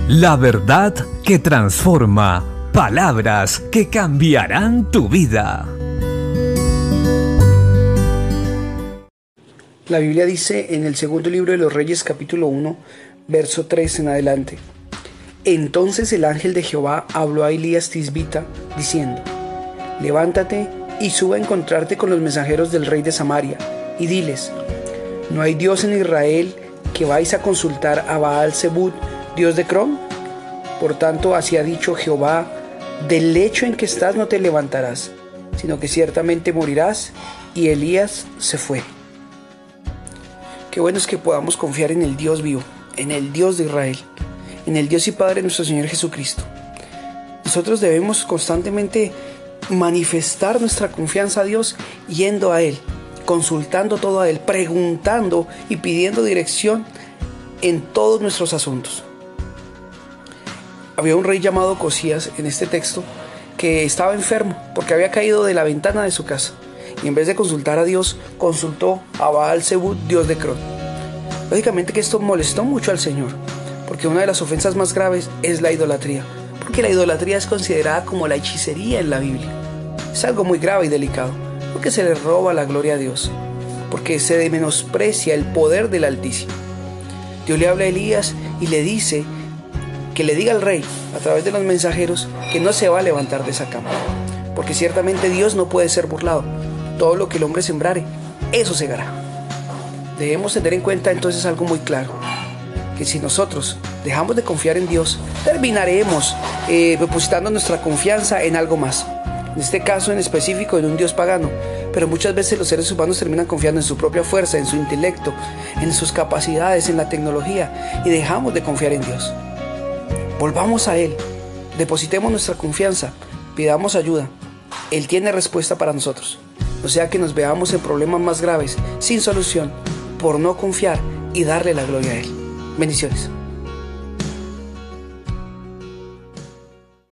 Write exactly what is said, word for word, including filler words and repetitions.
La verdad que transforma. Palabras que cambiarán tu vida. La Biblia dice en el segundo libro de los Reyes, capítulo uno, verso tres en adelante: Entonces el ángel de Jehová habló a Elías Tisbita, diciendo: Levántate y sube a encontrarte con los mensajeros del rey de Samaria, y diles: ¿No hay Dios en Israel que vais a consultar a Baal-Zebub, Dios de Crom? Por tanto, así ha dicho Jehová: del lecho en que estás no te levantarás, sino que ciertamente morirás. Y Elías se fue. Qué bueno es que podamos confiar en el Dios vivo, en el Dios de Israel, en el Dios y Padre de nuestro Señor Jesucristo. Nosotros debemos constantemente manifestar nuestra confianza a Dios yendo a Él, consultando todo a Él, preguntando y pidiendo dirección en todos nuestros asuntos. Había un rey llamado Ocosías en este texto que estaba enfermo porque había caído de la ventana de su casa, y en vez de consultar a Dios, consultó a Baal-Zebub, Dios de Crom. Lógicamente que esto molestó mucho al Señor, porque una de las ofensas más graves es la idolatría, porque la idolatría es considerada como la hechicería en la Biblia. Es algo muy grave y delicado, porque se le roba la gloria a Dios, porque se menosprecia el poder del Altísimo. Dios le habla a Elías y le dice que le diga al rey, a través de los mensajeros, que no se va a levantar de esa cama, porque ciertamente Dios no puede ser burlado. Todo lo que el hombre sembrare, eso segará. Debemos tener en cuenta entonces algo muy claro: que si nosotros dejamos de confiar en Dios, terminaremos eh, depositando nuestra confianza en algo más. En este caso en específico, en un Dios pagano. Pero muchas veces los seres humanos terminan confiando en su propia fuerza, en su intelecto, en sus capacidades, en la tecnología, y dejamos de confiar en Dios. Volvamos a Él, depositemos nuestra confianza, pidamos ayuda. Él tiene respuesta para nosotros. O sea que nos veamos en problemas más graves, sin solución, por no confiar y darle la gloria a Él. Bendiciones.